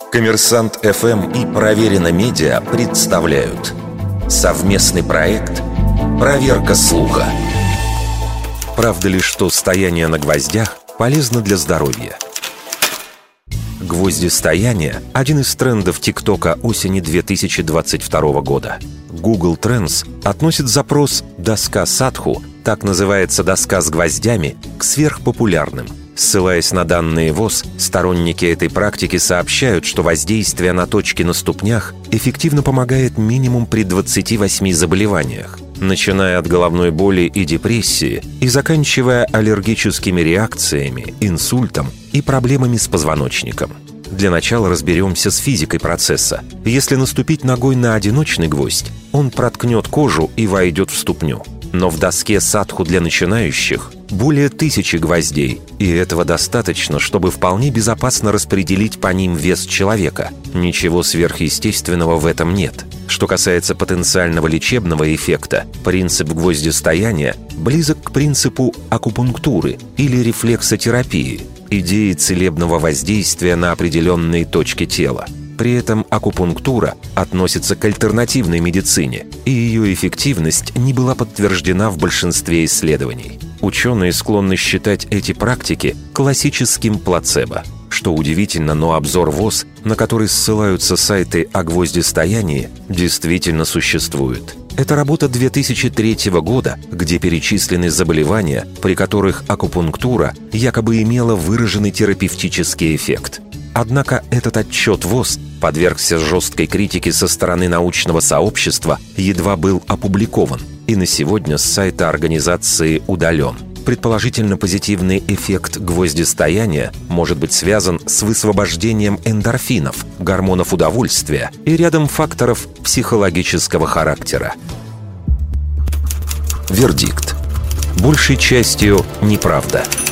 Коммерсант ФМ и Проверено Медиа представляют совместный проект «Проверка слуха». Правда ли, что стояние на гвоздях полезно для здоровья? Гвоздистояние – один из трендов ТикТока осени 2022 года. Google Trends относит запрос «доска садху», так называется доска с гвоздями, к сверхпопулярным. Ссылаясь на данные ВОЗ, сторонники этой практики сообщают, что воздействие на точки на ступнях эффективно помогает минимум при 28 заболеваниях, начиная от головной боли и депрессии и заканчивая аллергическими реакциями, инсультом и проблемами с позвоночником. Для начала разберемся с физикой процесса. Если наступить ногой на одиночный гвоздь, он проткнет кожу и войдет в ступню. Но в доске садху для начинающих более 1000 гвоздей, и этого достаточно, чтобы вполне безопасно распределить по ним вес человека. Ничего сверхъестественного в этом нет. Что касается потенциального лечебного эффекта, принцип гвоздистояния близок к принципу акупунктуры или рефлексотерапии, идеи целебного воздействия на определенные точки тела. При этом акупунктура относится к альтернативной медицине, и ее эффективность не была подтверждена в большинстве исследований. Ученые склонны считать эти практики классическим плацебо. Что удивительно, но обзор ВОЗ, на который ссылаются сайты о гвоздистоянии, действительно существует. Это работа 2003 года, где перечислены заболевания, при которых акупунктура якобы имела выраженный терапевтический эффект. Однако этот отчет ВОЗ подвергся жесткой критике со стороны научного сообщества, едва был опубликован, и на сегодня с сайта организации удален. Предположительно, позитивный эффект гвоздистояния может быть связан с высвобождением эндорфинов, гормонов удовольствия и рядом факторов психологического характера. Вердикт. Большей частью неправда.